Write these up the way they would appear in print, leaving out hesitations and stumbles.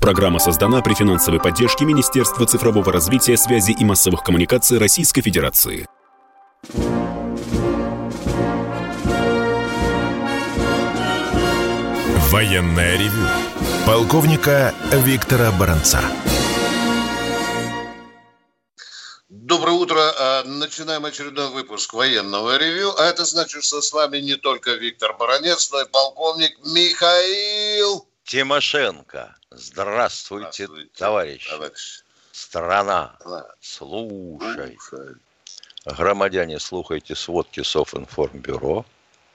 Программа создана при финансовой поддержке Министерства цифрового развития, связи и массовых коммуникаций Российской Федерации. Военное ревю полковника Виктора Баранца. Доброе утро. Начинаем очередной выпуск военного ревью. А это значит, что с вами не только Виктор Баранец, но и полковник Михаил Тимошенко. Здравствуйте, товарищ. Страна, слушай. Громадяне, слухайте сводки Софинформбюро.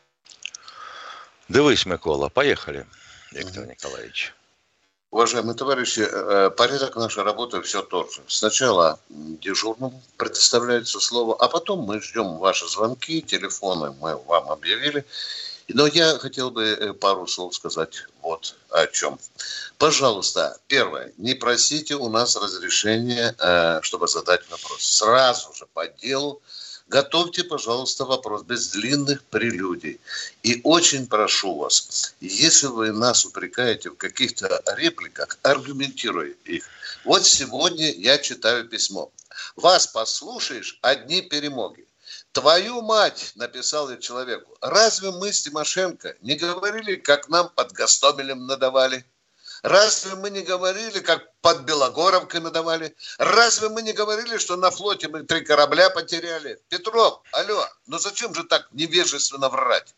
Дивись, Микола, поехали, Виктор Николаевич. Уважаемые товарищи, порядок нашей работы все тот же. Сначала дежурному предоставляется слово, а потом мы ждем ваши звонки, телефоны мы вам объявили. Но я хотел бы пару слов сказать вот о чем. Пожалуйста, первое, не просите у нас разрешения, чтобы задать вопрос. Сразу же по делу готовьте, пожалуйста, вопрос без длинных прелюдий. И очень прошу вас, если вы нас упрекаете в каких-то репликах, аргументируйте их. Вот сегодня я читаю письмо. Вас послушаешь, одни перемоги. Твою мать, написал я человеку, разве мы с Тимошенко не говорили, как нам под Гостомелем надавали? Разве мы не говорили, как под Белогоровкой надавали? Разве мы не говорили, что на флоте мы 3 корабля потеряли? Петров, алло, ну зачем же так невежественно врать?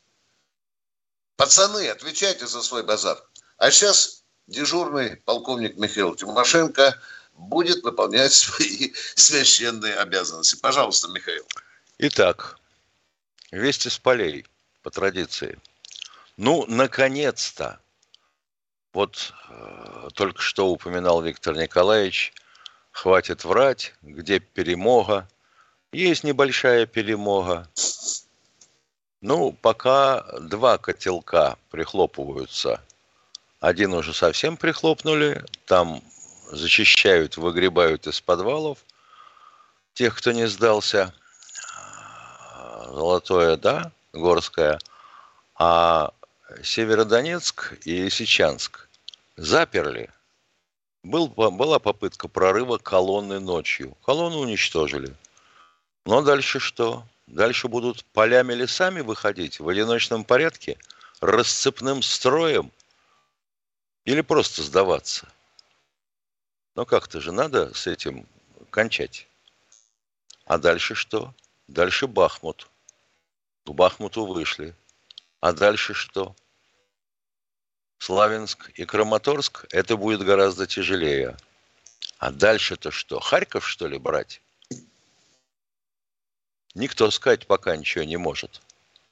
Пацаны, отвечайте за свой базар. А сейчас дежурный полковник Михаил Тимошенко будет выполнять свои священные обязанности. Пожалуйста, Михаил. Итак, вести с полей, по традиции. Ну, наконец-то. Вот только что упоминал Виктор Николаевич, хватит врать, где перемога. Есть небольшая перемога. Ну, пока 2 котелка прихлопываются. Один уже совсем прихлопнули, там зачищают, выгребают из подвалов тех, кто не сдался. Золотое, да, Горское. А Северодонецк и Лисичанск заперли. Была попытка прорыва колонны ночью. Колонну уничтожили. Но дальше что? Дальше будут полями, лесами выходить в одиночном порядке, расцепным строем или просто сдаваться? Но как-то же надо с этим кончать. А дальше что? Дальше Бахмут. К Бахмуту вышли. А дальше что? Славянск и Краматорск – это будет гораздо тяжелее. А дальше-то что? Харьков, что ли, брать? Никто сказать пока ничего не может.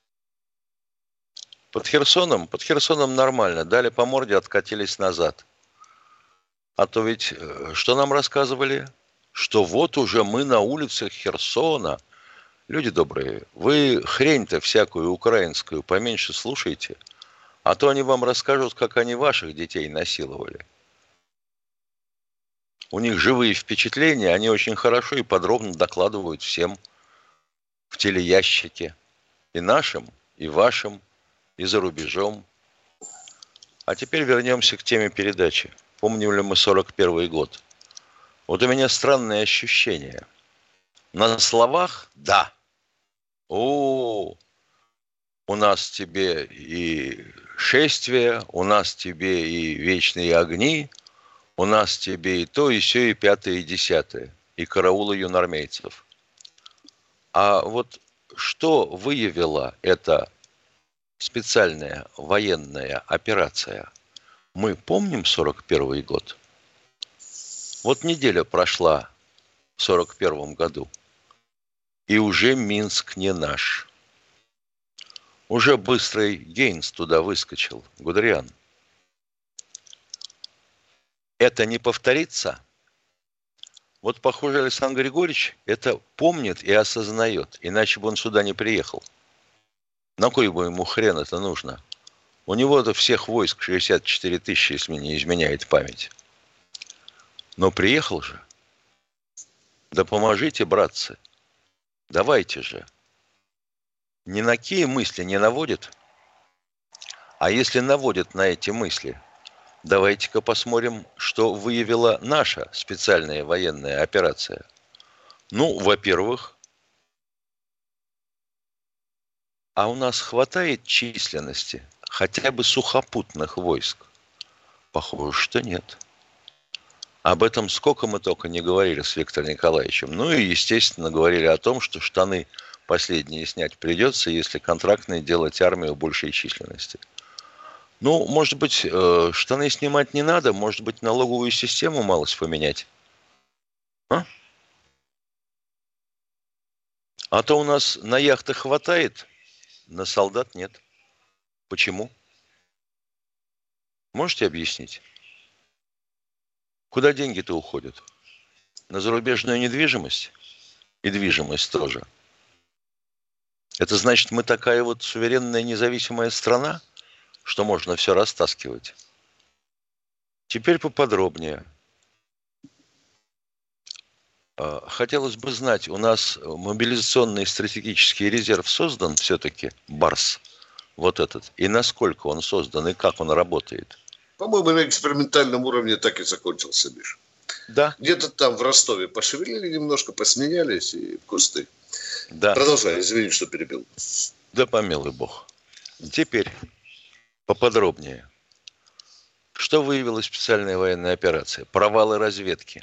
Под Херсоном нормально. Дали по морде, откатились назад. А то ведь, что нам рассказывали? Что вот уже мы на улицах Херсона. Люди добрые, вы хрень-то всякую украинскую поменьше слушайте, а то они вам расскажут, как они ваших детей насиловали. У них живые впечатления, они очень хорошо и подробно докладывают всем в телеящике. И нашим, и вашим, и за рубежом. А теперь вернемся к теме передачи. Помним ли мы 41 год? Вот у меня странное ощущение. На словах – да. У нас тебе и шествие, у нас тебе и вечные огни, у нас тебе и то, и сё, и 5-е, и 10-е, и караулы юнармейцев. А вот что выявила эта специальная военная операция? Мы помним 41 год? Вот неделя прошла в 41 году. И уже Минск не наш. Уже быстрый Гейнс туда выскочил, Гудериан. Это не повторится? Вот, похоже, Александр Григорьевич это помнит и осознает, иначе бы он сюда не приехал. На кой бы ему хрен это нужно? У него-то всех войск 64 тысячи, если мне не изменяет память. Но приехал же. Да поможите, братцы. Давайте же. Ни на какие мысли не наводит. А если наводит на эти мысли, Давайте-ка посмотрим, что выявила наша специальная военная операция. Ну, во-первых, а у нас хватает численности хотя бы сухопутных войск? Похоже, что нет. Об этом сколько мы только не говорили с Виктором Николаевичем. Ну и, естественно, говорили о том, что штаны последние снять придется, если контрактные делать армию большей численности. Ну, может быть, штаны снимать не надо, может быть, налоговую систему малость поменять. А то у нас на яхтах хватает, на солдат нет. Почему? Можете объяснить? Куда деньги-то уходят? На зарубежную недвижимость? И движимость тоже. Это значит, мы такая вот суверенная независимая страна, что можно все растаскивать. Теперь поподробнее. Хотелось бы знать, у нас мобилизационный стратегический резерв создан все-таки, БАРС, вот этот, и насколько он создан, и как он работает? По-моему, на экспериментальном уровне так и закончился, Миша. Да. Где-то там в Ростове пошевелили немножко, посменялись и кусты. Да. Продолжай, извини, что перебил. Да помилуй Бог. Теперь поподробнее. Что выявила специальная военная операция? Провалы разведки.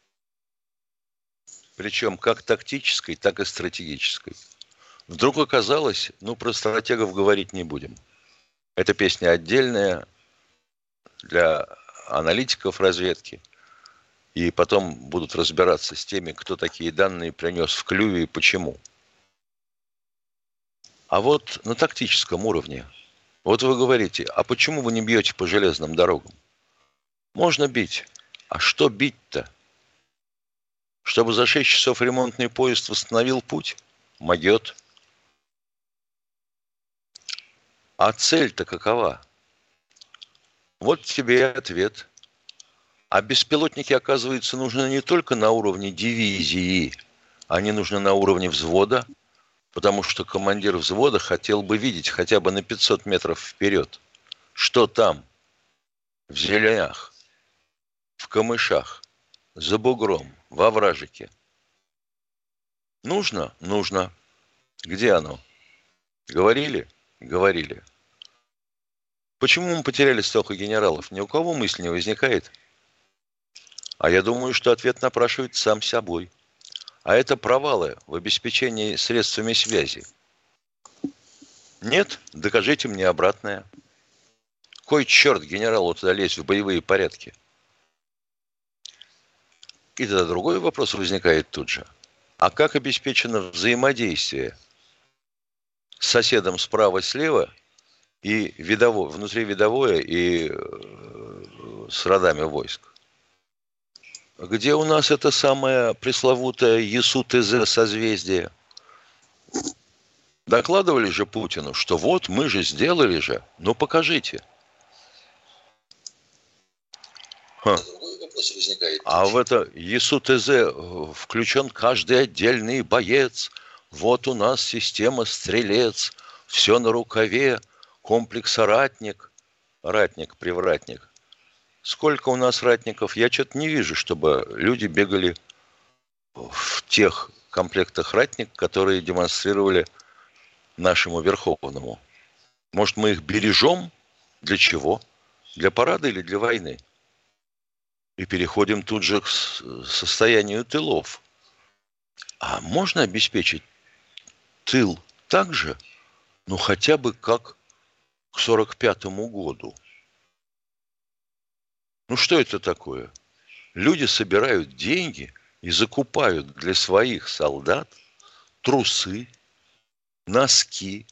Причем как тактической, так и стратегической. Вдруг оказалось, про стратегов говорить не будем. Эта песня отдельная для аналитиков разведки. И потом будут разбираться с теми, кто такие данные принес в клюве и почему. А вот на тактическом уровне. Вот вы говорите, а почему вы не бьете по железным дорогам? Можно бить. А что бить-то? Чтобы за 6 часов ремонтный поезд восстановил путь? Могет. А цель-то какова? Вот тебе и ответ. А беспилотники, оказывается, нужны не только на уровне дивизии, они нужны на уровне взвода, потому что командир взвода хотел бы видеть хотя бы на 500 метров вперед, что там, в зеленях, в камышах, за бугром, во вражике. Нужно? Нужно. Где оно? Говорили? Говорили. Почему мы потеряли столько генералов? Ни у кого мысль не возникает? А я думаю, что ответ напрашивает сам собой. А это провалы в обеспечении средствами связи. Нет? Докажите мне обратное. Кой черт генералу туда лезть в боевые порядки? И тогда другой вопрос возникает тут же. А как обеспечено взаимодействие с соседом справа-слева и внутривидовое и с родами войск? Где у нас это самое пресловутое ЕСУ-ТЗ созвездие? Докладывали же Путину, что вот мы же сделали же. Ну покажите. А в это ЕСУ-ТЗ включен каждый отдельный боец. Вот у нас система «Стрелец», все на рукаве, комплекс «Ратник». Ратник-привратник. Сколько у нас ратников? Я что-то не вижу, чтобы люди бегали в тех комплектах ратник, которые демонстрировали нашему Верховному. Может, мы их бережем? Для чего? Для парада или для войны? И переходим тут же к состоянию тылов. А можно обеспечить тыл так же, хотя бы как к 45-му году? Что это такое? Люди собирают деньги и закупают для своих солдат трусы, носки.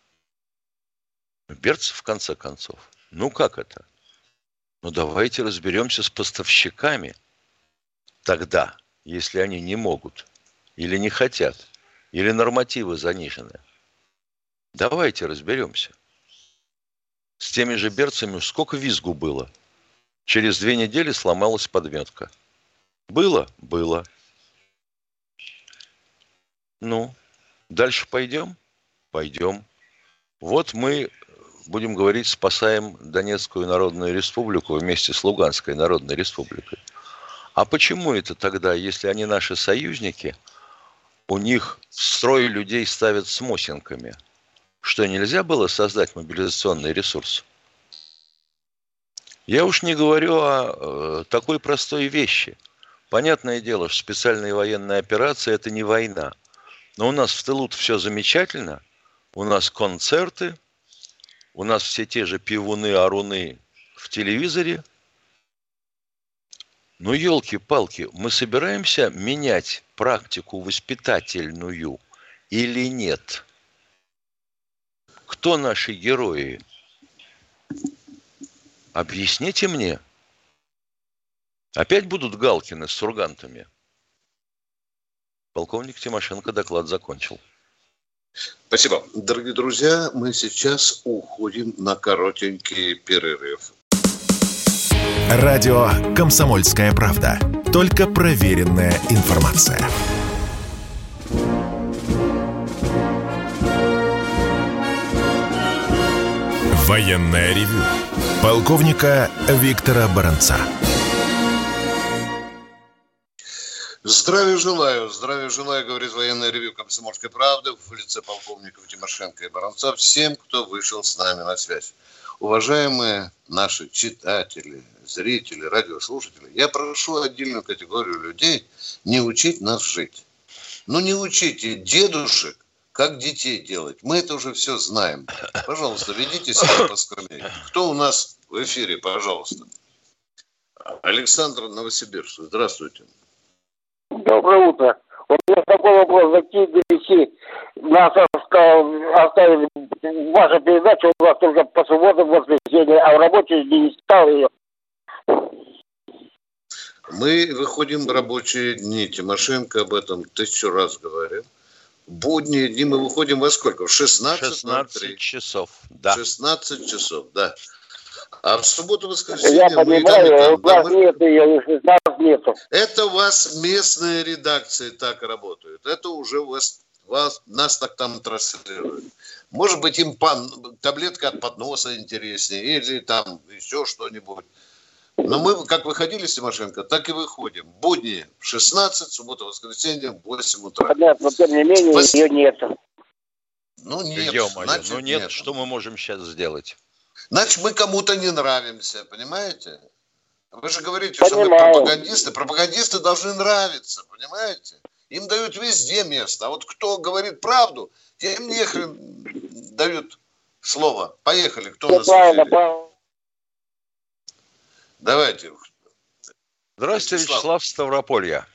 Берцы, в конце концов. Как это? Давайте разберемся с поставщиками. Тогда, если они не могут, или не хотят, или нормативы занижены. Давайте разберемся. С теми же берцами сколько визгу было? Через 2 недели сломалась подметка. Было? Было. Дальше пойдем? Пойдем. Вот мы будем говорить, спасаем Донецкую Народную Республику вместе с Луганской Народной Республикой. А почему это тогда, если они наши союзники, у них в строй людей ставят с мосинками? Что, нельзя было создать мобилизационный ресурс? Я уж не говорю о такой простой вещи. Понятное дело, что специальная военная операция – это не война. Но у нас в тылу все замечательно. У нас концерты, у нас все те же пивуны-оруны в телевизоре. Ну, елки-палки, мы собираемся менять практику воспитательную или нет? Кто наши герои? Объясните мне. Опять будут Галкины с сургантами? Полковник Тимошенко доклад закончил. Спасибо. Дорогие друзья, мы сейчас уходим на коротенький перерыв. Радио «Комсомольская правда». Только проверенная информация. Военное ревю полковника Виктора Баранца. Здравия желаю, говорит военное ревью «Комсомольской правды» в лице полковников Тимошенко и Баранца всем, кто вышел с нами на связь. Уважаемые наши читатели, зрители, радиослушатели, я прошу отдельную категорию людей не учить нас жить. Ну не учите дедушек, как детей делать. Мы это уже все знаем. Пожалуйста, ведите себя поскромнее. Кто у нас в эфире, пожалуйста? Александр, Новосибирск. Здравствуйте. Доброе утро. У меня такой вопрос. За какие грехи нас оставили ваша передача у вас только по субботам, воскресенье, а в рабочие дни не стал ее. Мы выходим в рабочие дни. Тимошенко об этом 1000 раз говорил. В будние дни мы выходим во сколько? В 16 часов. Да. 16 часов, да. А в субботу-воскресенье я понимаю, у вас нет ее, 16 нету. Это у вас местные редакции так работают. Это уже нас так там транслируют. Может быть, им таблетка от подноса интереснее или там еще что-нибудь. Но мы, как выходили с Тимошенко, так и выходим. Будни в 16, суббота-воскресенье в 8 утра. Понятно, но тем не менее ее нет. Ну нет, значит, нет. Что мы можем сейчас сделать? Значит, мы кому-то не нравимся, понимаете? Вы же говорите, что мы пропагандисты. Пропагандисты должны нравиться, понимаете? Им дают везде место. А вот кто говорит правду, тем нехрен дают слово. Поехали, кто у нас в эфире? Давайте. Здравствуйте, Вячеслав Ставрополья.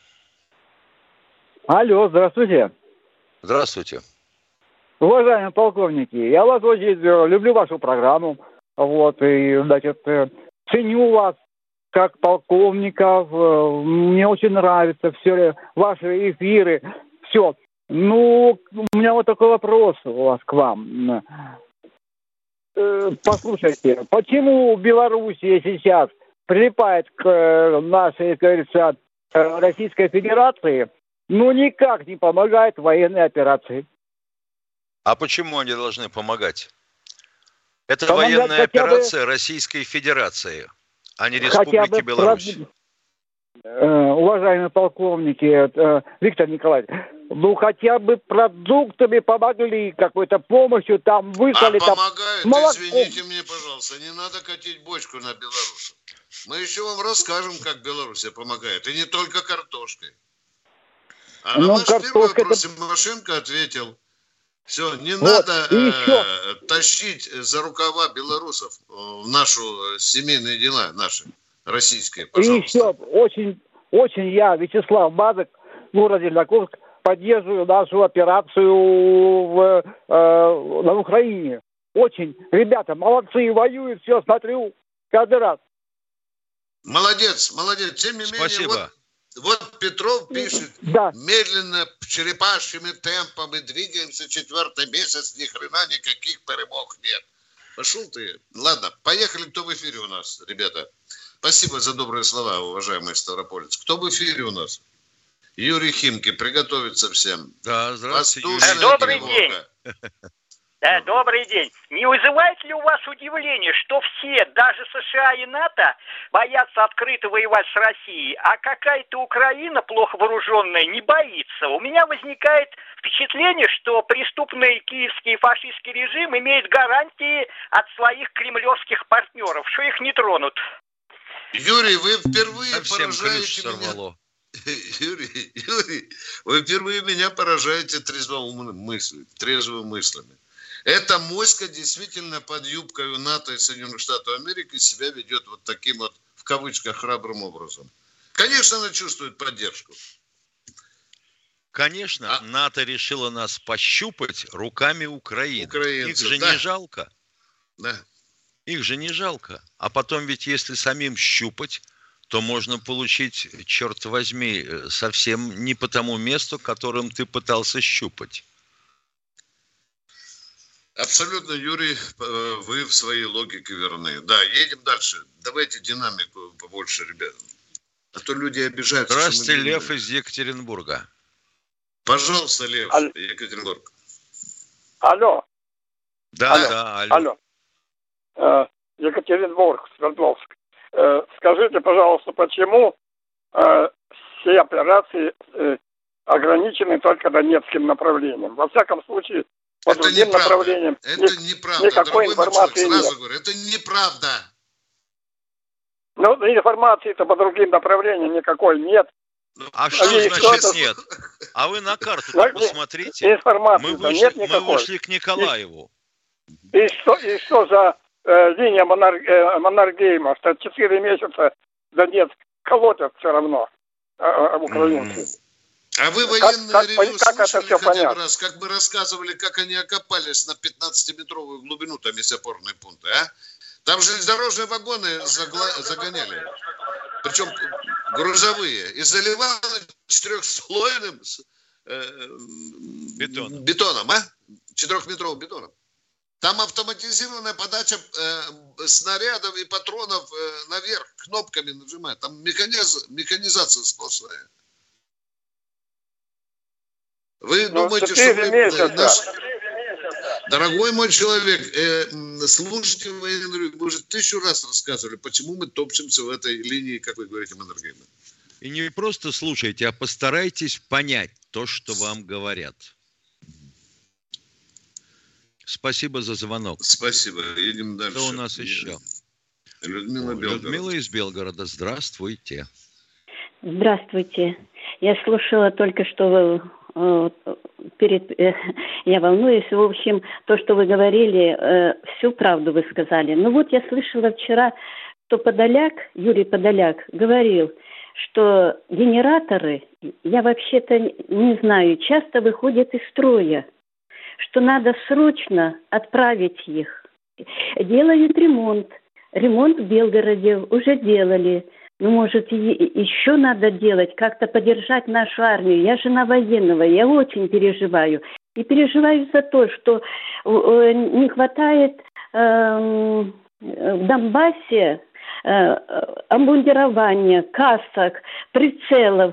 Алло, здравствуйте. Здравствуйте. Уважаемые полковники, я вас очень люблю, вашу программу. Вот, и, значит, ценю вас как полковников. Мне очень нравятся все ваши эфиры. Все. Ну, у меня вот такой вопрос у вас к вам. Послушайте, почему Белоруссия сейчас прилипает к нашей, как говорится, Российской Федерации, но никак не помогает военной операции? А почему они должны помогать? Это военная операция Российской Федерации, а не Республики Беларусь. Уважаемые полковники, Виктор Николаевич, ну хотя бы продуктами помогли, какой-то помощью там выслали. А помогают, извините мне, пожалуйста, не надо катить бочку на белорусов. Мы еще вам расскажем, как Белоруссия помогает, и не только картошкой. А на ваш первый вопрос Тимошенко ответил. Все, не надо тащить за рукава белорусов в нашу семейные дела, наши российские, пожалуйста. И еще, очень я, Вячеслав Базык, город Зеленогорск, поддерживаю нашу операцию на Украине. Очень, ребята, молодцы, воюют, все, смотрю, каждый раз. Молодец. Тем не менее, вот Петров пишет, медленно, черепашьими темпами двигаемся 4-й месяц, ни хрена никаких перемог нет. Пошел ты. Ладно, поехали, кто в эфире у нас, ребята. Спасибо за добрые слова, уважаемый ставропольец. Кто в эфире у нас? Юрий Химки, приготовиться всем. Да, здравствуйте. Добрый день. Да, добрый день. Не вызывает ли у вас удивление, что все, даже США и НАТО, боятся открыто воевать с Россией, а какая-то Украина, плохо вооруженная, не боится? У меня возникает впечатление, что преступный киевский фашистский режим имеет гарантии от своих кремлевских партнеров, что их не тронут. Юрий, вы впервые Совсем поражаете меня. сорвало. Юрий, вы впервые меня поражаете трезвыми мыслями. Эта моська действительно под юбкой НАТО и Соединенных Штатов Америки себя ведет вот таким вот, в кавычках, храбрым образом. Конечно, она чувствует поддержку. Конечно, НАТО решило нас пощупать руками Украины. Их же не жалко. Да. Их же не жалко. А потом ведь если самим щупать, то можно получить, черт возьми, совсем не по тому месту, которым ты пытался щупать. Абсолютно, Юрий, вы в своей логике верны. Да, едем дальше. Давайте динамику побольше, ребят. А то люди обижаются. Здравствуйте, Лев из Екатеринбурга. Пожалуйста, Лев, Екатеринбург. Алло. Да, алло. Екатеринбург, Свердловск. Скажите, пожалуйста, почему все операции ограничены только Донецким направлением? Во всяком случае, по другим направлениям неправда. Никакой информации нет. Сразу говорю, это неправда. Ну, информации-то по другим направлениям никакой нет. А что значит нет? А вы на карту посмотрите. Информации нет никакой. Мы вышли к Николаеву. И что за линия Маннергейма? Что 4 месяца Донецк колотят все равно украинцы. А вы военное ревью слушали хотя бы раз, как мы рассказывали, как они окопались на 15-метровую глубину, там есть опорные пункты, а? Там железнодорожные вагоны загоняли, причем грузовые, и заливали 4-слойным бетоном, а? 4-метровым бетоном. Там автоматизированная подача снарядов и патронов наверх, кнопками нажимают. Там механизация сплошная. Вы думаете, что вы... Дорогой мой человек, слушайте, вы уже 1000 раз рассказывали, почему мы топчемся в этой линии, как вы говорите, Маннергейма. И не просто слушайте, а постарайтесь понять то, что вам говорят. Спасибо за звонок. Спасибо. Едем дальше. Что у нас еще? Людмила из Белгорода. Здравствуйте. Здравствуйте. Я слушала только что я волнуюсь. В общем, то, что вы говорили, всю правду вы сказали. Ну вот я слышала вчера, что Юрий Подоляк говорил, что генераторы, я вообще-то не знаю, часто выходят из строя, что надо срочно отправить их. Делают ремонт. Ремонт в Белгороде уже делали. Ну, может, еще надо делать, как-то поддержать нашу армию. Я жена военного, я очень переживаю. И переживаю за то, что не хватает в Донбассе обмундирования, касок, прицелов,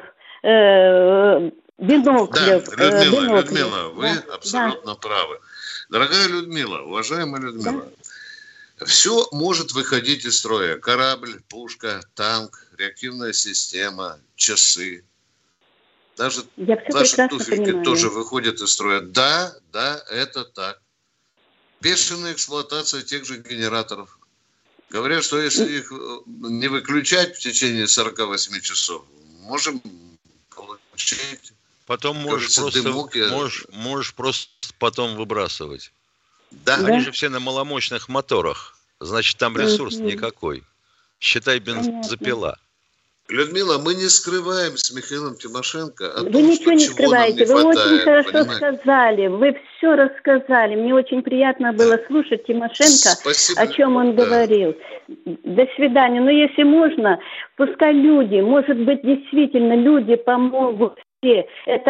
биноклев. Да, Людмила, вы абсолютно правы. Дорогая Людмила, уважаемая Людмила, все может выходить из строя. Корабль, пушка, танк, реактивная система, часы. Даже ваши туфельки тоже выходят из строя. Да, это так. Бешеная эксплуатация тех же генераторов. Говорят, что если их не выключать в течение 48 часов, можем получить... Потом можешь просто потом выбрасывать. Да. Они же все на маломощных моторах. Значит, там ресурс никакой. Считай, бензопила. Людмила, мы не скрываем с Михаилом Тимошенко о том, вы ничего не скрываете. Вы очень хорошо сказали. Вы все рассказали. Мне очень приятно было слушать Тимошенко, спасибо, о чем он говорил. До свидания. Но если можно, пускай люди, может быть, действительно люди помогут все.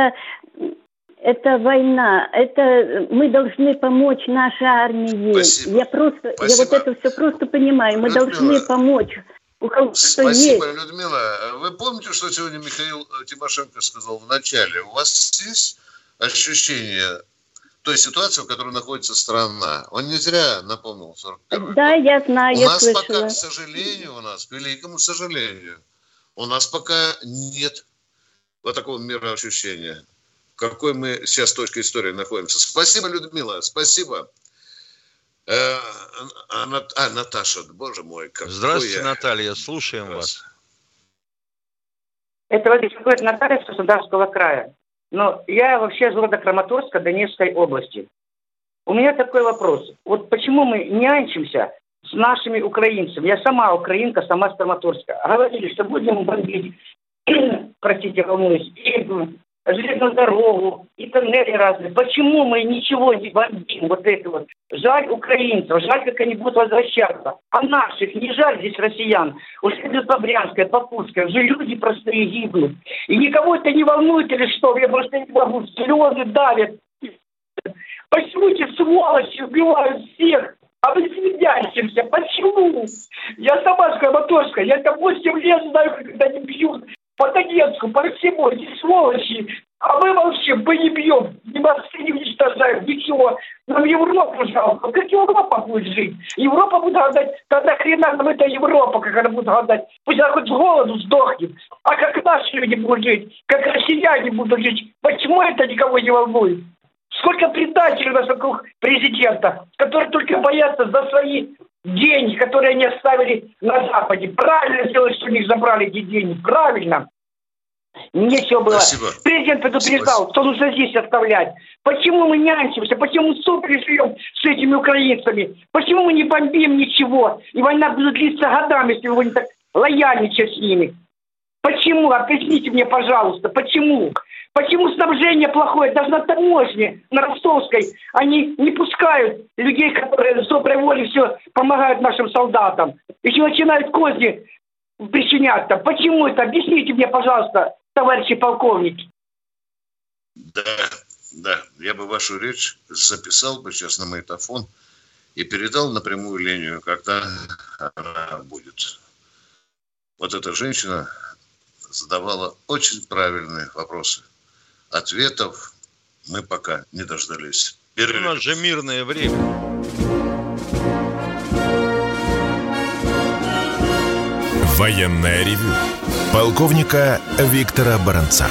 Это война, мы должны помочь нашей армии. Спасибо. Я вот это все просто понимаю. Мы должны помочь. Спасибо, Людмила. Вы помните, что сегодня Михаил Тимошенко сказал в начале? У вас есть ощущение той ситуации, в которой находится страна. Он не зря напомнил 41-й Да, год. я знаю, У я нас слышала. пока, к сожалению, к великому сожалению, у нас пока нет вот такого мироощущения, в какой мы сейчас точке истории находимся. Спасибо, Людмила, спасибо. Наташа, боже мой, какой Здравствуйте, Наталья, слушаем вас. Это беспокоит Наталья с Краснодарского края. Но я вообще из города Краматорска Донецкой области. У меня такой вопрос. Вот почему мы нянчимся с нашими украинцами? Я сама украинка, сама с Краматорска. Говорили, что будем бомбить, простите, волнуюсь, и железную дорогу, и тоннели разные. Почему мы ничего не бомбим? Вот это вот. Жаль украинцев, жаль, как они будут возвращаться. А наших не жаль здесь россиян. Уже идет по Брянской, по Курской, уже люди простые гибнут. И никого это не волнует или что? Я просто не могу. Слезы давят. Почему эти сволочи убивают всех? А мы смеяемся. Почему? Я сама с Краматорска. Я там 8 лет знаю, когда они бьют. По Донецку, по всему, эти сволочи. А мы молчим, мы не бьем, ни мосты не уничтожаем, ничего. Нам Европу жалко. Как Европа будет жить? Европа будет голодать. Тогда хрена нам эта Европа, как она будет голодать. Пусть она хоть с голоду сдохнет. А как наши люди будут жить? Как россияне будут жить? Почему это никого не волнует? Сколько предателей у нас вокруг президента, которые только боятся за свои деньги, которые они оставили на Западе. Правильно сделали, что у них забрали эти деньги. Правильно. Нечего было. Спасибо. Президент предупреждал, что нужно здесь оставлять. Почему мы нянчимся? Почему мы супер живем с этими украинцами? Почему мы не бомбим ничего? И война будет длиться годами, если вы не так лояльничать с ними. Почему? Объясните мне, пожалуйста, почему? Почему снабжение плохое? Даже на таможне, на Ростовской, они не пускают людей, которые с доброй волей все помогают нашим солдатам. Еще начинают козни причинять там. Почему это? Объясните мне, пожалуйста, товарищи полковники. Да. Я бы вашу речь записал бы сейчас на магнитофон и передал на прямую линию, когда она будет. Вот эта женщина задавала очень правильные вопросы. Ответов мы пока не дождались. У нас же мирное время. Военное ревю полковника Виктора Баранца.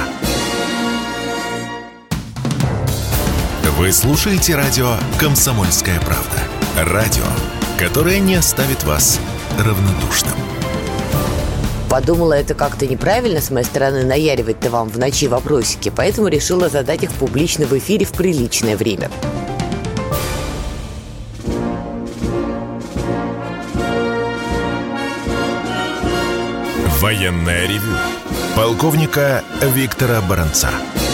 Вы слушаете радио «Комсомольская правда». Радио, которое не оставит вас равнодушным. Подумала, это как-то неправильно с моей стороны наяривать-то вам в ночи вопросики, поэтому решила задать их публично в эфире в приличное время. Военное ревю полковника Виктора Баранца.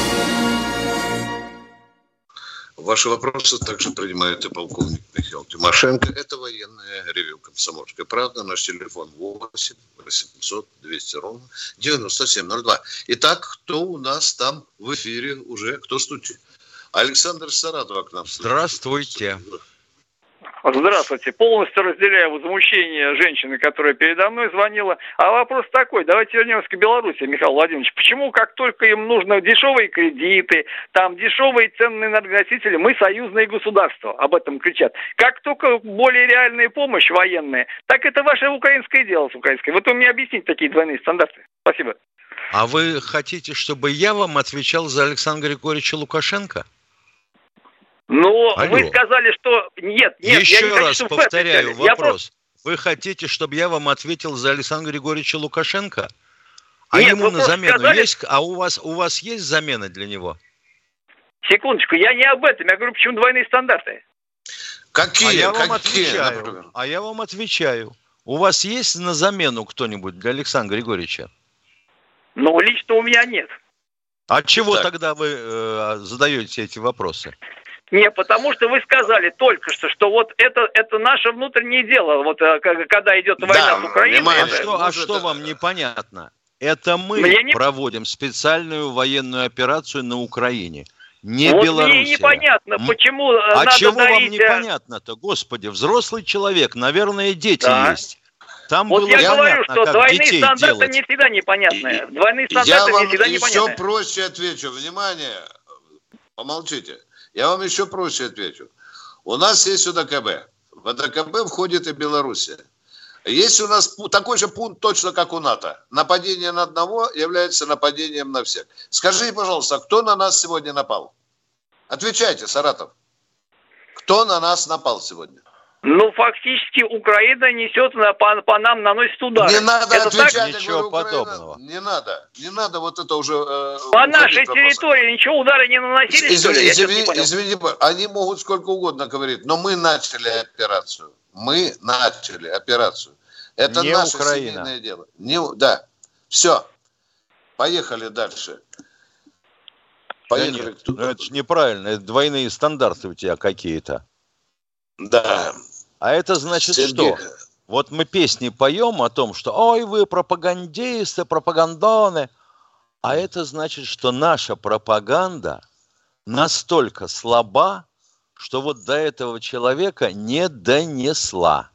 Ваши вопросы также принимает и полковник Михаил Тимошенко. Это военное ревю «Комсомольская правда». Наш телефон 8 800 200 ровно 9702. Итак, кто у нас там в эфире уже? Кто стучит? Александр Саратова к нам. Здравствуйте. Здравствуйте. Полностью разделяю возмущение женщины, которая передо мной звонила. А вопрос такой. Давайте вернемся к Беларуси, Михаил Владимирович. Почему, как только им нужны дешевые кредиты, там дешевые ценные энергоносители, мы союзное государство, об этом кричат. Как только более реальная помощь военная, так это ваше украинское дело с украинской. Вот вы мне объясните такие двойные стандарты. Спасибо. А вы хотите, чтобы я вам отвечал за Александра Григорьевича Лукашенко? Но Алло. вы сказали, что нет, Еще я не хочу, раз чтобы повторяю вы вопрос. Вы хотите, чтобы я вам ответил за Александра Григорьевича Лукашенко? А Нет, ему на замену сказали... есть? А у вас есть замена для него? Секундочку, я не об этом. Я говорю, почему двойные стандарты? Какие? А я вам отвечаю. У вас есть на замену кто-нибудь для Александра Григорьевича? Ну, лично у меня нет. А чего тогда вы задаете эти вопросы? Не, потому что вы сказали только что вот это наше внутреннее дело, вот когда идет война с Украиной. Что вам непонятно? Это мы проводим специальную военную операцию на Украине, не вот Белоруссия. Мне непонятно, почему надо чего дарить... вам непонятно-то, Господи? Взрослый человек, наверное, дети есть. Там вот было я понятно, говорю, что как двойные детей стандарты делать. не всегда непонятные. Двойные стандарты не всегда непонятные. Я вам еще проще отвечу. Внимание, помолчите. Я вам еще проще отвечу. У нас есть ОДКБ. В ОДКБ входит и Белоруссия. Есть у нас такой же пункт, точно как у НАТО. Нападение на одного является нападением на всех. Скажите, пожалуйста, кто на нас сегодня напал? Отвечайте, Саратов. Кто на нас напал сегодня? Ну, фактически Украина несет по нам, наносит удар. Не надо это отвечать, так? ничего подобного. Не надо вот это уже... По нашей территории ничего удара не наносили, что ли? Извини, они могут сколько угодно говорить, но мы начали операцию. Это не наше Украина. семейное дело. Да. Все. Поехали дальше. Поехали. Да это же неправильно. Это двойные стандарты у тебя какие-то. Да. А это значит Сергей, что? Вот мы песни поем о том, что ой, вы пропагандисты, пропагандоны. А это значит, что наша пропаганда настолько слаба, что вот до этого человека не донесла.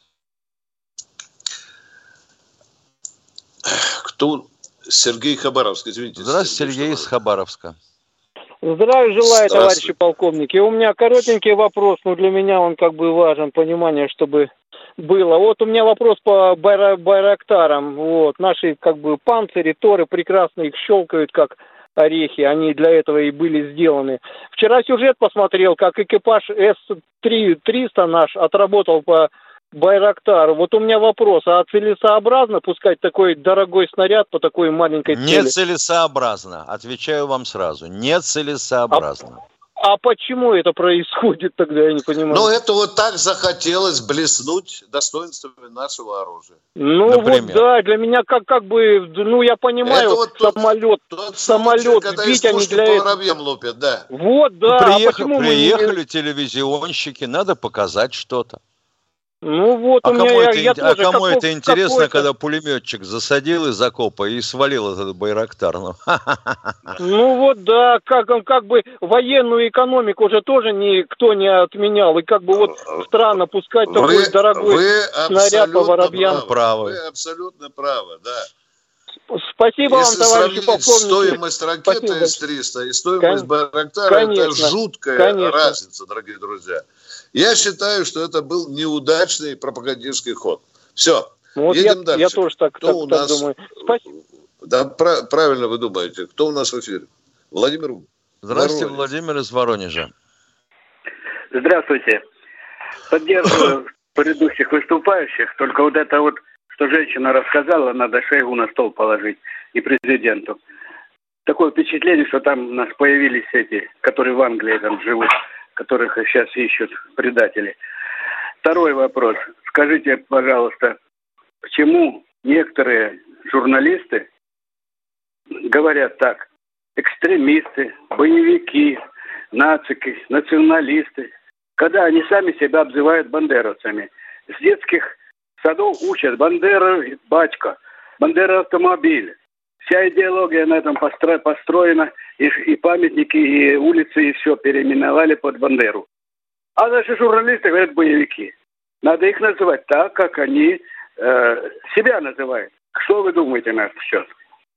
Кто? Сергей Хабаровск, извините. Здравствуйте, Сергей из Хабаровска. Здравия желаю, товарищи полковники. У меня коротенький вопрос, но для меня он как бы важен, понимание, чтобы было. Вот у меня вопрос по байрактарам. Вот, наши как бы панцири, торы прекрасно их щелкают, как орехи. Они для этого и были сделаны. Вчера сюжет посмотрел, как экипаж С-300 наш отработал по Байрактару. Вот у меня вопрос, а целесообразно пускать такой дорогой снаряд по такой маленькой цели? Нецелесообразно, отвечаю вам сразу, нецелесообразно. А почему это происходит тогда, я не понимаю? Ну, это вот так захотелось блеснуть достоинствами нашего оружия. Ну, например. Вот да, для меня как бы, ну, я понимаю, вот самолет сбить они для этого. Воробьям лупят, да. Вот, да. Приехали телевизионщики, надо показать что-то. Ну вот у меня я тоже. А кому это интересно, когда пулеметчик засадил из окопа и свалил этот байрактар? Ну вот да, как бы военную экономику уже тоже никто не отменял. И как бы вот странно пускать такой дорогой снаряд по воробьям. Вы абсолютно правы, да. Спасибо вам, товарищи полковники. Стоимость ракеты С-300 и стоимость байрактара, это жуткая разница, дорогие друзья. Я считаю, что это был неудачный пропагандистский ход. Все, вот едем дальше. Я тоже так думаю. Спасибо. Да, правильно вы думаете. Кто у нас в эфире? Владимир. Здравствуйте, Владимир из Воронежа. Здравствуйте. Поддерживаю предыдущих выступающих. Только вот это вот, что женщина рассказала, надо Шойгу на стол положить и президенту. Такое впечатление, что там у нас появились эти, которые в Англии там живут, которых сейчас ищут предатели. Второй вопрос. Скажите, пожалуйста, почему некоторые журналисты говорят так: экстремисты, боевики, нацики, националисты, когда они сами себя обзывают бандеровцами? С детских садов учат: Бандера батька, Бандера автомобиль. Вся идеология на этом построена, и памятники, и улицы, и все переименовали под Бандеру. А наши журналисты говорят боевики. Надо их называть так, как они себя называют. Что вы думаете на этот счет?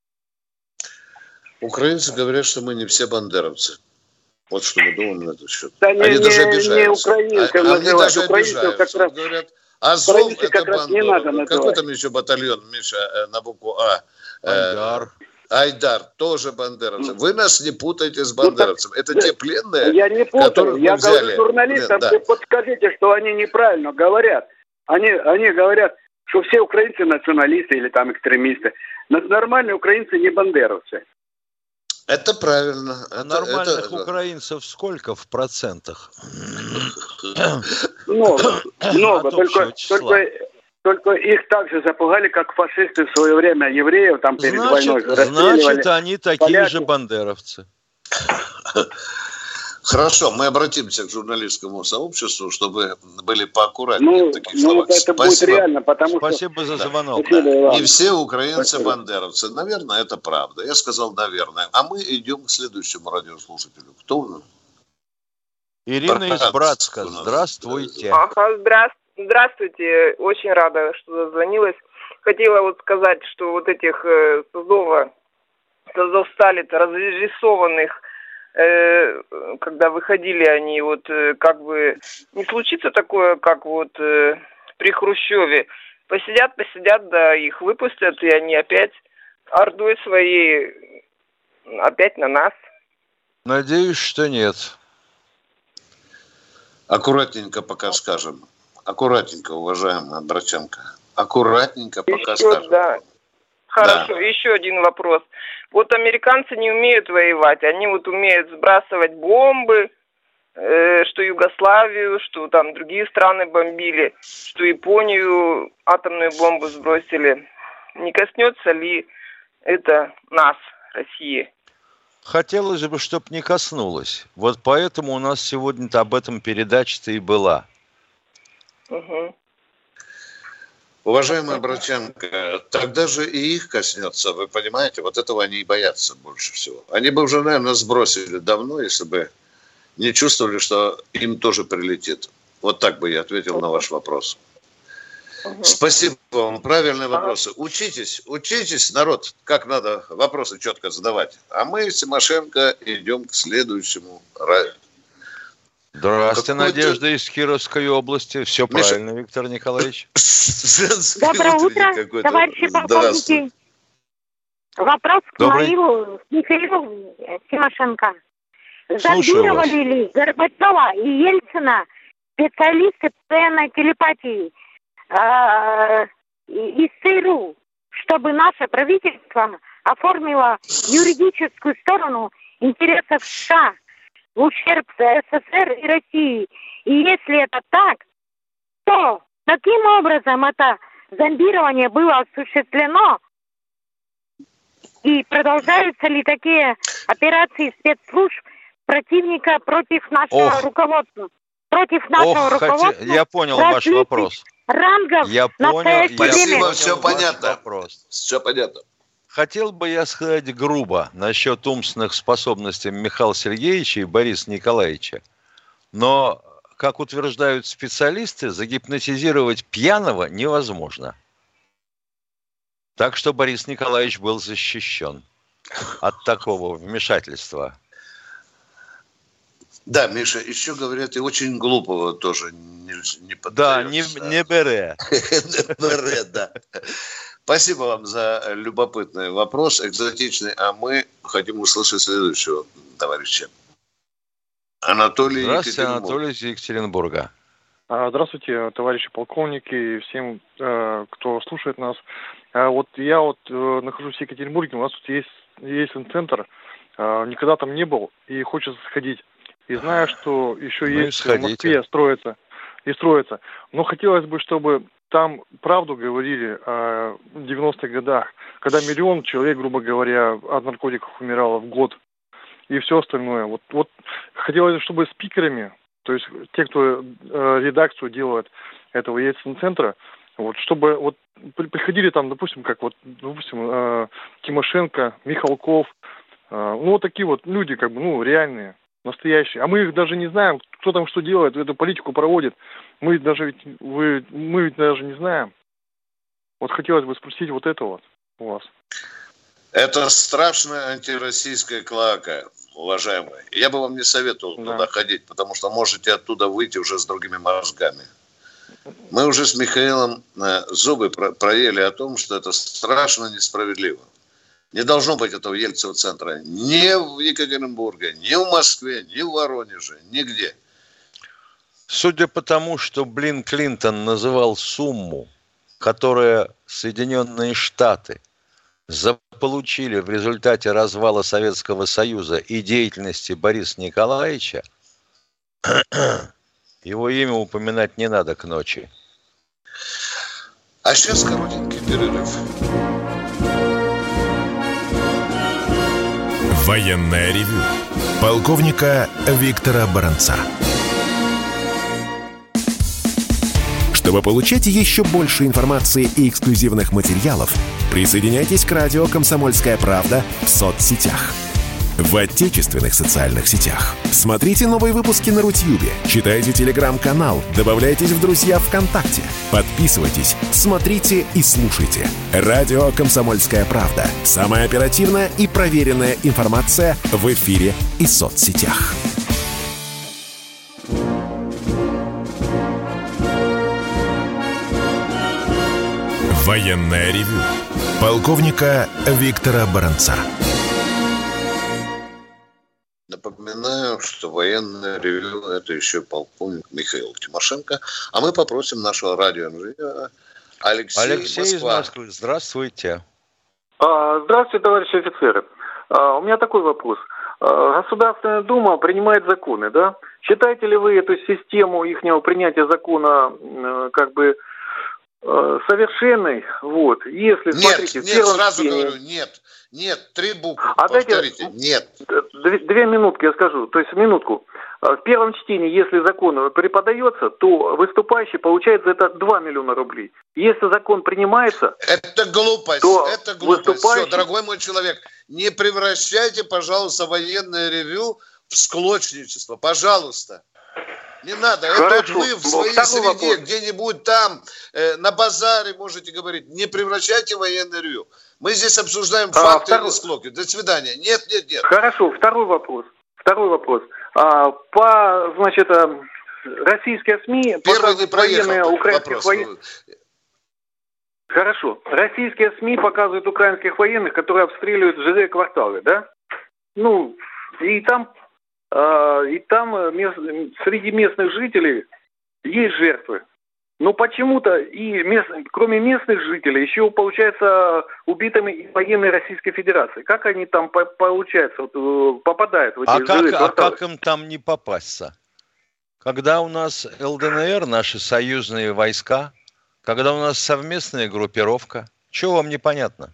Украинцы говорят, что мы не все бандеровцы. Вот что мы думаем на этот счет. Да они даже обижаются. Не украинцев называют. Украинцев как раз говорят, Азов – это бандера. Какой там еще батальон, Миша, на букву А? Айдар, тоже бандеровцы. Вы нас не путайте с бандеровцами. Это те пленные, я не путаю. которых я мы взяли. Говорю журналистам, вы подскажите, что они неправильно говорят. Они говорят, что все украинцы националисты или там экстремисты. Но нормальные украинцы не бандеровцы. Это правильно. Нормальных украинцев сколько в процентах? Много. Только их так же запугали, как фашисты в свое время евреев там перед войной расстреливали. Значит, они такие же бандеровцы. Хорошо, мы обратимся к журналистскому сообществу, чтобы были поаккуратнее в таких словах. Это будет реально, потому Спасибо за звонок. Не все украинцы бандеровцы. Наверное, это правда. Я сказал, наверное. А мы идем к следующему радиослушателю. Кто у нас? Ирина из Братска. Здравствуйте. Здравствуйте. Очень рада, что дозвонилась. Хотела вот сказать, что вот этих Азовстали разрисованных когда выходили они, вот как бы не случится такое, как вот при Хрущеве. Посидят, да их выпустят, и они опять ордой своей опять на нас. Надеюсь, что нет. Аккуратненько пока скажем. Аккуратненько, уважаемая Браченко. Аккуратненько пока скажем. Да. Хорошо, еще один вопрос. Вот американцы не умеют воевать, они вот умеют сбрасывать бомбы, что Югославию, что там другие страны бомбили, что Японию атомную бомбу сбросили. Не коснется ли это нас, России? Хотелось бы, чтобы не коснулось. Вот поэтому у нас сегодня-то об этом передача-то и была. Угу. Уважаемая Браченко, тогда же и их коснется, вы понимаете, вот этого они и боятся больше всего. Они бы уже, наверное, сбросили давно, если бы не чувствовали, что им тоже прилетит. Вот так бы я ответил на ваш вопрос. Спасибо вам. Правильные вопросы. Учитесь, народ, как надо вопросы четко задавать. А мы, Тимошенко, идем к следующему. Здравствуйте, Надежда из Кировской области. Все Миша... правильно, Виктор Николаевич. Доброе утро, товарищи полковники. Вопрос к Михаилу Тимошенко. Зомбировали ли Горбачева и Ельцина специалисты постоянной телепатии из ЦРУ, чтобы наше правительство оформило юридическую сторону интересов США в ущерб СССР и России? И если это так, то каким образом это зомбирование было осуществлено? И продолжаются ли такие операции спецслужб противника против нашего руководства? Против нашего руководства? Я понял ваш вопрос. Рангов я понял. Спасибо, все понятно. Все понятно. Хотел бы я сказать грубо насчет умственных способностей Михаила Сергеевича и Бориса Николаевича. Но, как утверждают специалисты, загипнотизировать пьяного невозможно. Так что Борис Николаевич был защищен от такого вмешательства. Да, Миша, еще говорят, и очень глупого тоже не поддается. Да, не бере. Не бере, да. Спасибо вам за любопытный вопрос, экзотичный. А мы хотим услышать следующего товарища. Анатолий Здравствуйте, Анатолий из Екатеринбурга. Здравствуйте, товарищи полковники и всем, кто слушает нас. Вот я нахожусь в Екатеринбурге, у нас тут есть центр, никогда там не был и хочется сходить. И знаю, что еще есть в Москве строится. Но хотелось бы, чтобы там правду говорили о 90-х годах, когда 1 миллион человек, грубо говоря, от наркотиков умирало в год и все остальное. Вот хотелось бы, чтобы спикерами, то есть те, кто редакцию делает этого Ельцин-центра, вот, чтобы приходили там, допустим, Тимошенко, Михалков, такие люди, реальные, настоящие. А мы их даже не знаем, кто там что делает, эту политику проводит. Мы ведь даже не знаем. Вот хотелось бы спросить это у вас. Это страшная антироссийская клоака, уважаемые. Я бы вам не советовал туда ходить, потому что можете оттуда выйти уже с другими мозгами. Мы уже с Михаилом зубы проели о том, что это страшно несправедливо. Не должно быть этого Ельцинского центра ни в Екатеринбурге, ни в Москве, ни в Воронеже, нигде. Судя по тому, что Клинтон называл сумму, которую Соединенные Штаты заполучили в результате развала Советского Союза и деятельности Бориса Николаевича, его имя упоминать не надо к ночи. А сейчас коротенький перерыв. Военное ревю полковника Виктора Баранца. Чтобы получать еще больше информации и эксклюзивных материалов, присоединяйтесь к радио «Комсомольская правда» в соцсетях. в отечественных социальных сетях. Смотрите новые выпуски на Рутьюбе, читайте телеграм-канал, добавляйтесь в друзья ВКонтакте, подписывайтесь, смотрите и слушайте. Радио «Комсомольская правда». Самая оперативная и проверенная информация в эфире и соцсетях. Военное ревю полковника Виктора Баранца. Напоминаю, что военное ревю – это еще полковник Михаил Тимошенко. А мы попросим нашего радиоинженера Алексея из Москвы. Здравствуйте. Здравствуйте, товарищи офицеры. У меня такой вопрос. Государственная Дума принимает законы, да? Считаете ли вы эту систему ихнего принятия закона совершенной? Вот. Если, смотрите, нет, сразу говорю, нет, 3 буквы, повторите, нет. 2 минутки я скажу, то есть минутку. В первом чтении, если закон преподается, то выступающий получает за это 2 миллиона рублей. Если закон принимается... Это глупость, то это глупость. Выступающий... Все, дорогой мой человек, не превращайте, пожалуйста, военное ревю в склочничество, пожалуйста. Не надо. Хорошо. Это вот вы в своей среде, где-нибудь там, на базаре можете говорить. Не превращайте военное ревю. Мы здесь обсуждаем факты или склоки. До свидания. Нет. Хорошо. Второй вопрос. Российские СМИ показывают военные украинских военных. Хорошо. Российские СМИ показывают украинских военных, которые обстреливают жилые кварталы, да? Ну, и там среди местных жителей есть жертвы. Но почему-то кроме местных жителей еще, получается, убитыми и военные Российской Федерации. Как они там, получается, попадают в эти жилые кварталы? А как им там не попасться? Когда у нас ЛДНР, наши союзные войска, когда у нас совместная группировка, чего вам непонятно?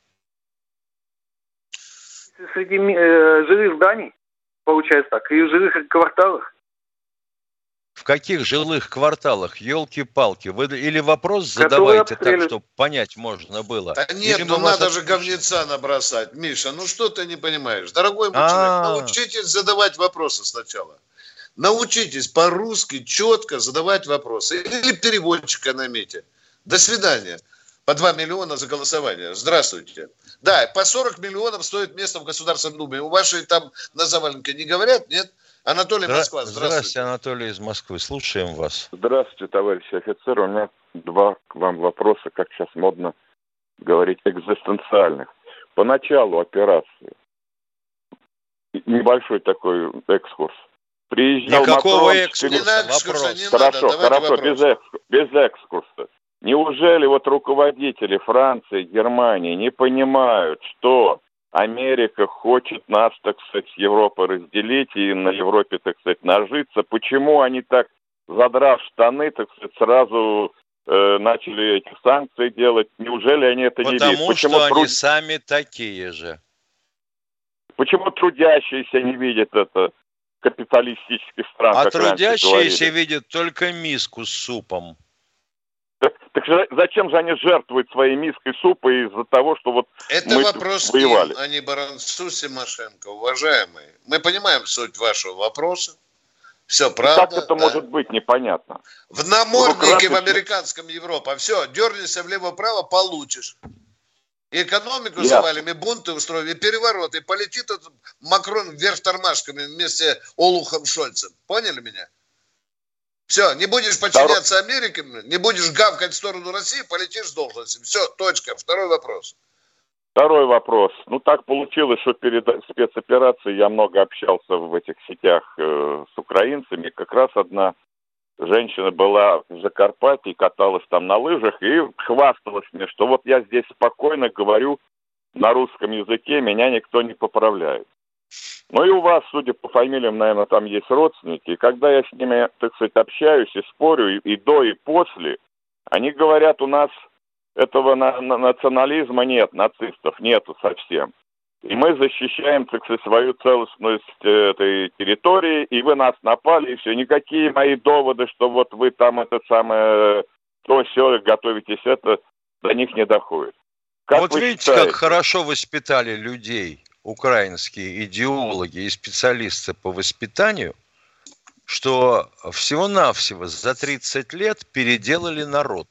Среди жилых зданий? Получается так, и в жилых кварталах. В каких жилых кварталах? Ёлки-палки. Вы или вопрос задавайте так, чтобы понять можно было. Да нет, надо же говнеца набросать. Миша, что ты не понимаешь? Дорогой мой человек, научитесь задавать вопросы сначала. Научитесь по-русски четко задавать вопросы. Или переводчика наймите. До свидания. По 2 миллиона за голосование. Здравствуйте. Да, по 40 миллионов стоит место в Государственной Думе. У вашей там на заваленке не говорят, нет? Анатолий, Москва, здравствуйте. Здравствуйте, Анатолий из Москвы. Слушаем вас. Здравствуйте, товарищи офицеры. У меня 2 к вам вопроса, как сейчас модно говорить, экзистенциальных. По началу операции небольшой такой экскурс. Приезжал Никакого Макрон, экскурса. Хорошо, без экскурса. Неужели руководители Франции, Германии не понимают, что Америка хочет нас, так сказать, с Европой разделить и на Европе, так сказать, нажиться? Почему они так, задрав штаны, так сказать, сразу начали эти санкции делать? Неужели они это не видят? Потому что они сами такие же. Почему трудящиеся не видят это капиталистических стран? А трудящиеся видят только миску с супом. Так зачем же они жертвуют своей миской супа из-за того, что это мы вопрос воевали? Им, а не Баранцу, Тимошенко, уважаемые. Мы понимаем суть вашего вопроса. Все правда. Как это может быть, непонятно. В наморднике в американском Европе. Все, дернешься влево-право, получишь. И экономику завалим, и бунты устроим, и переворот, и полетит этот Макрон вверх тормашками вместе с Олухом Шольцем. Поняли меня? Все, не будешь подчиняться Америке, не будешь гавкать в сторону России, полетишь с должности. Все, точка. Второй вопрос. Так получилось, что перед спецоперацией я много общался в этих сетях с украинцами. Как раз одна женщина была в Закарпатье, каталась там на лыжах и хвасталась мне, что я здесь спокойно говорю на русском языке, меня никто не поправляет. И у вас, судя по фамилиям, наверное, там есть родственники. И когда я с ними, так сказать, общаюсь и спорю, и до, и после, они говорят, у нас этого национализма нет, нацистов нету совсем. И мы защищаем, так сказать, свою целостность этой территории, и вы нас напали, и все. Никакие мои доводы, что вы там то все готовитесь, это до них не доходит. Видите, как хорошо воспитали людей. украинские идеологи и специалисты по воспитанию, что всего-навсего за 30 лет переделали народ.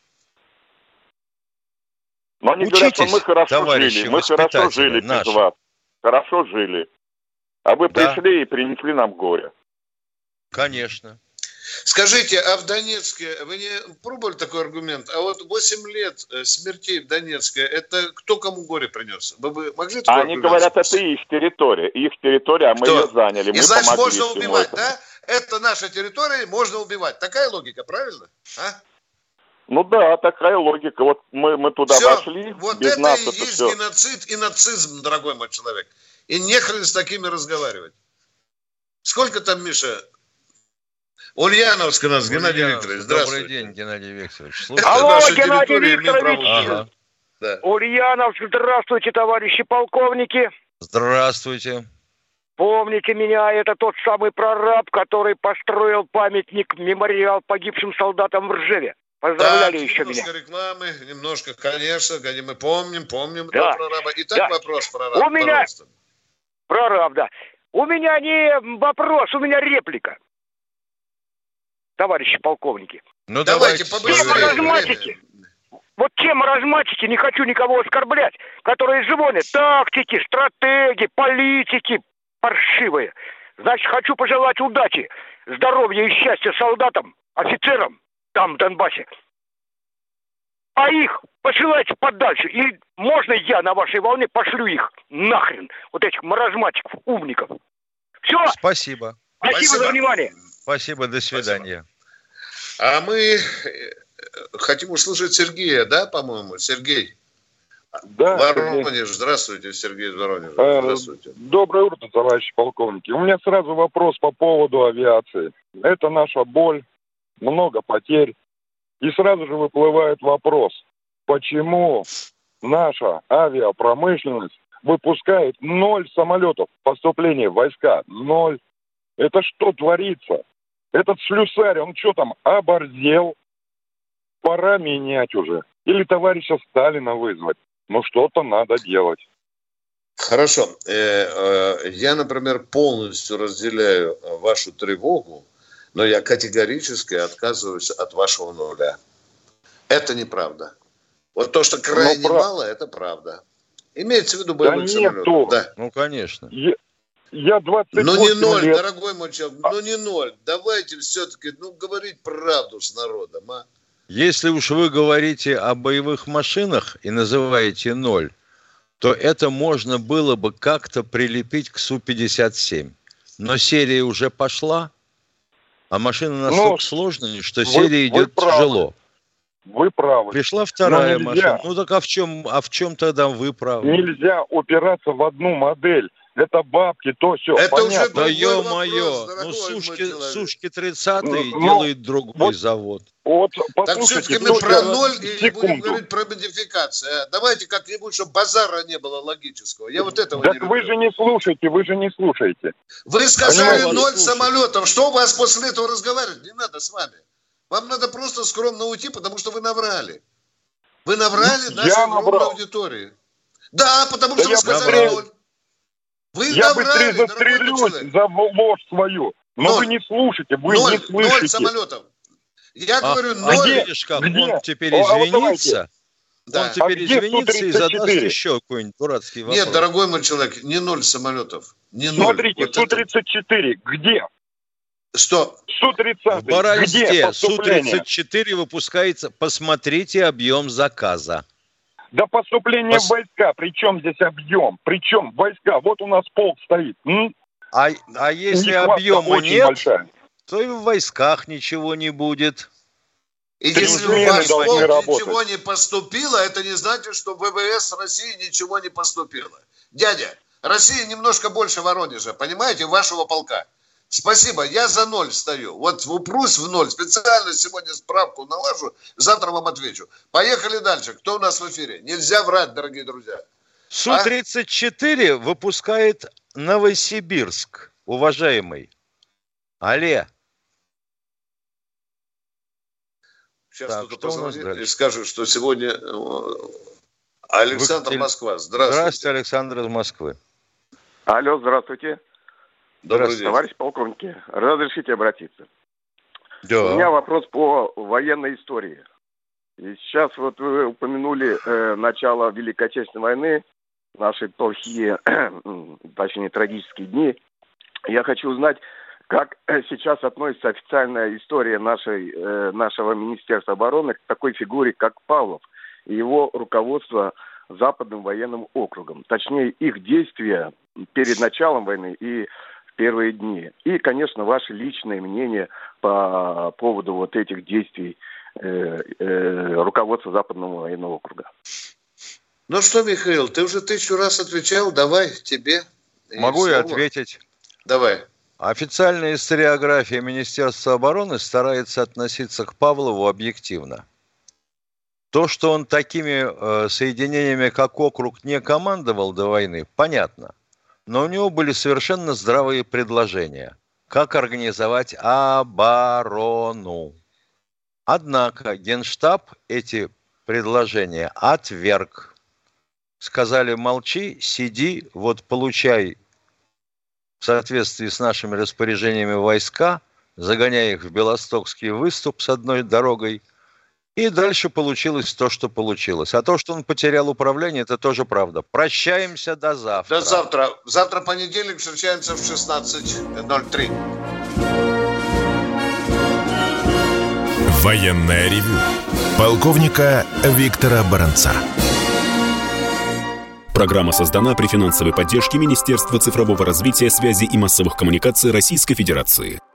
Но они говорят, что мы хорошо жили, без вас. Хорошо жили. А вы пришли и принесли нам горе. Конечно. Скажите, а в Донецке вы не пробовали такой аргумент? А вот 8 лет смертей в Донецке, это кто кому горе принес? Вы бы могли такой Они говорят, это их территория, а мы ее заняли. И значит, можно убивать, да? Это наша территория, можно убивать. Такая логика, правильно? А? Ну да, такая логика. Вот мы туда вошли, вот без это нас и есть все. Геноцид и нацизм, дорогой мой человек. И нехрен с такими разговаривать. Сколько там, Миша? Ульяновск у нас, Геннадий Викторович. Здравствуйте. Добрый день, Геннадий Викторович. Алло, Геннадий Викторович. Ага. Да. Ульяновск, здравствуйте, товарищи полковники. Здравствуйте. Помните меня, это тот самый прораб, который построил памятник, мемориал погибшим солдатам в Ржеве. Поздравляли еще меня. Немножко рекламы, немножко, конечно, мы помним да. Прораба. Итак, вопрос, прораб, у меня... пожалуйста. Прораб, да. У меня не вопрос, у меня реплика. Товарищи полковники. Ну давайте побыстрее. Вот те маразматики, не хочу никого оскорблять, которые звонят, тактики, стратеги, политики паршивые. Значит, хочу пожелать удачи, здоровья и счастья солдатам, офицерам там, в Донбассе. А их посылайте подальше. И можно я на вашей волне пошлю их нахрен. Вот этих маразматиков, умников. Все. Спасибо. Спасибо за внимание. Спасибо, до свидания. Спасибо. А мы хотим услышать Сергея, да, по-моему? Сергей. Да. Воронеж. Здравствуйте, Сергей из Воронежа. Здравствуйте. Доброе утро, товарищи полковники. У меня сразу вопрос по поводу авиации. Это наша боль, много потерь. И сразу же выплывает вопрос, почему наша авиапромышленность выпускает 0 самолетов поступления в войска? 0. Это что творится? Этот слюсарь, он что там, оборзел? Пора менять уже. Или товарища Сталина вызвать. Ну, что-то надо делать. Хорошо. Я, например, полностью разделяю вашу тревогу, но я категорически отказываюсь от вашего нуля. Это неправда. Вот то, что крайне мало, это правда. Имеется в виду боевых самолетов. Да. Ну, конечно. Я 28 Ну, не 0, лет. дорогой мой человек, ну, не 0. Давайте все-таки, говорить правду с народом, а? Если уж вы говорите о боевых машинах и называете 0, то это можно было бы как-то прилепить к Су-57. Но серия уже пошла, а машина настолько сложная, что серия идет тяжело. Вы правы. Пришла вторая машина. Ну так а в чем тогда вы правы? Нельзя упираться в одну модель. Это бабки, то все. Это понятно. уже да ё-моё, Сушки 30-е делает другой завод. Вот, так все-таки мы про 0 и будем говорить про модификацию. Давайте как-нибудь, чтобы базара не было логического. Я вот этого так не люблю. Вы же не слушаете. Вы сказали 0 самолетов. Что у вас после этого разговаривать? Не надо с вами. Вам надо просто скромно уйти, потому что вы наврали. Вы наврали нашей огромной аудитории. Да, потому что вы сказали 0. Вы я наврали, быстрее застрелюсь за ложь свою. Но вы не слушаете, вы не слышите. 0 самолетов. Я говорю 0. Видишь, как он теперь извинится. Он теперь извинится и задаст еще какой-нибудь дурацкий вопрос. Нет, дорогой мой человек, не 0 самолетов. Не 0. Смотрите, Су-34 где? Что? Су-30 в Борозде Су-34 выпускается. Посмотрите объем заказа. Да поступление в войска. Причем здесь объем? Причем войска? Вот у нас полк стоит. А если объема нет, то и в войсках ничего не будет. И если в ваш полк ничего не поступило, это не значит, что в ВВС России ничего не поступило. Дядя, Россия немножко больше Воронежа, понимаете, вашего полка. Спасибо, я за 0 стою. Вот упрусь в 0. Специально сегодня справку налажу, завтра вам отвечу. Поехали дальше. Кто у нас в эфире? Нельзя врать, дорогие друзья. Су-34 выпускает Новосибирск, уважаемый. Алле. Сейчас кто-то позвонит и скажет, что сегодня Александр Москва. Здравствуйте. Здравствуйте, Александр из Москвы. Алло, здравствуйте. Добрый день. Товарищ полковники, разрешите обратиться? Да. У меня вопрос по военной истории. И сейчас вот вы упомянули начало Великой Отечественной войны, наши плохие, точнее трагические дни. Я хочу узнать, как сейчас относится официальная история нашего Министерства обороны к такой фигуре, как Павлов и его руководство Западным военным округом. Точнее, их действия перед началом войны и в первые дни. И, конечно, ваше личное мнение по поводу вот этих действий руководства Западного военного округа. Ну что, Михаил, ты уже 1000 раз отвечал, давай тебе. Могу я ответить? Давай. Официальная историография Министерства обороны старается относиться к Павлову объективно. То, что он такими соединениями, как округ, не командовал до войны, понятно. Но у него были совершенно здравые предложения, как организовать оборону. Однако Генштаб эти предложения отверг. Сказали: молчи, сиди, вот получай в соответствии с нашими распоряжениями войска, загоняя их в Белостокский выступ с одной дорогой. И дальше получилось то, что получилось. А то, что он потерял управление, это тоже правда. Прощаемся до завтра. До завтра. Завтра понедельник, встречаемся в 16:03. Военное ревю полковника Виктора Баранца. Программа создана при финансовой поддержке Министерства цифрового развития, связи и массовых коммуникаций Российской Федерации.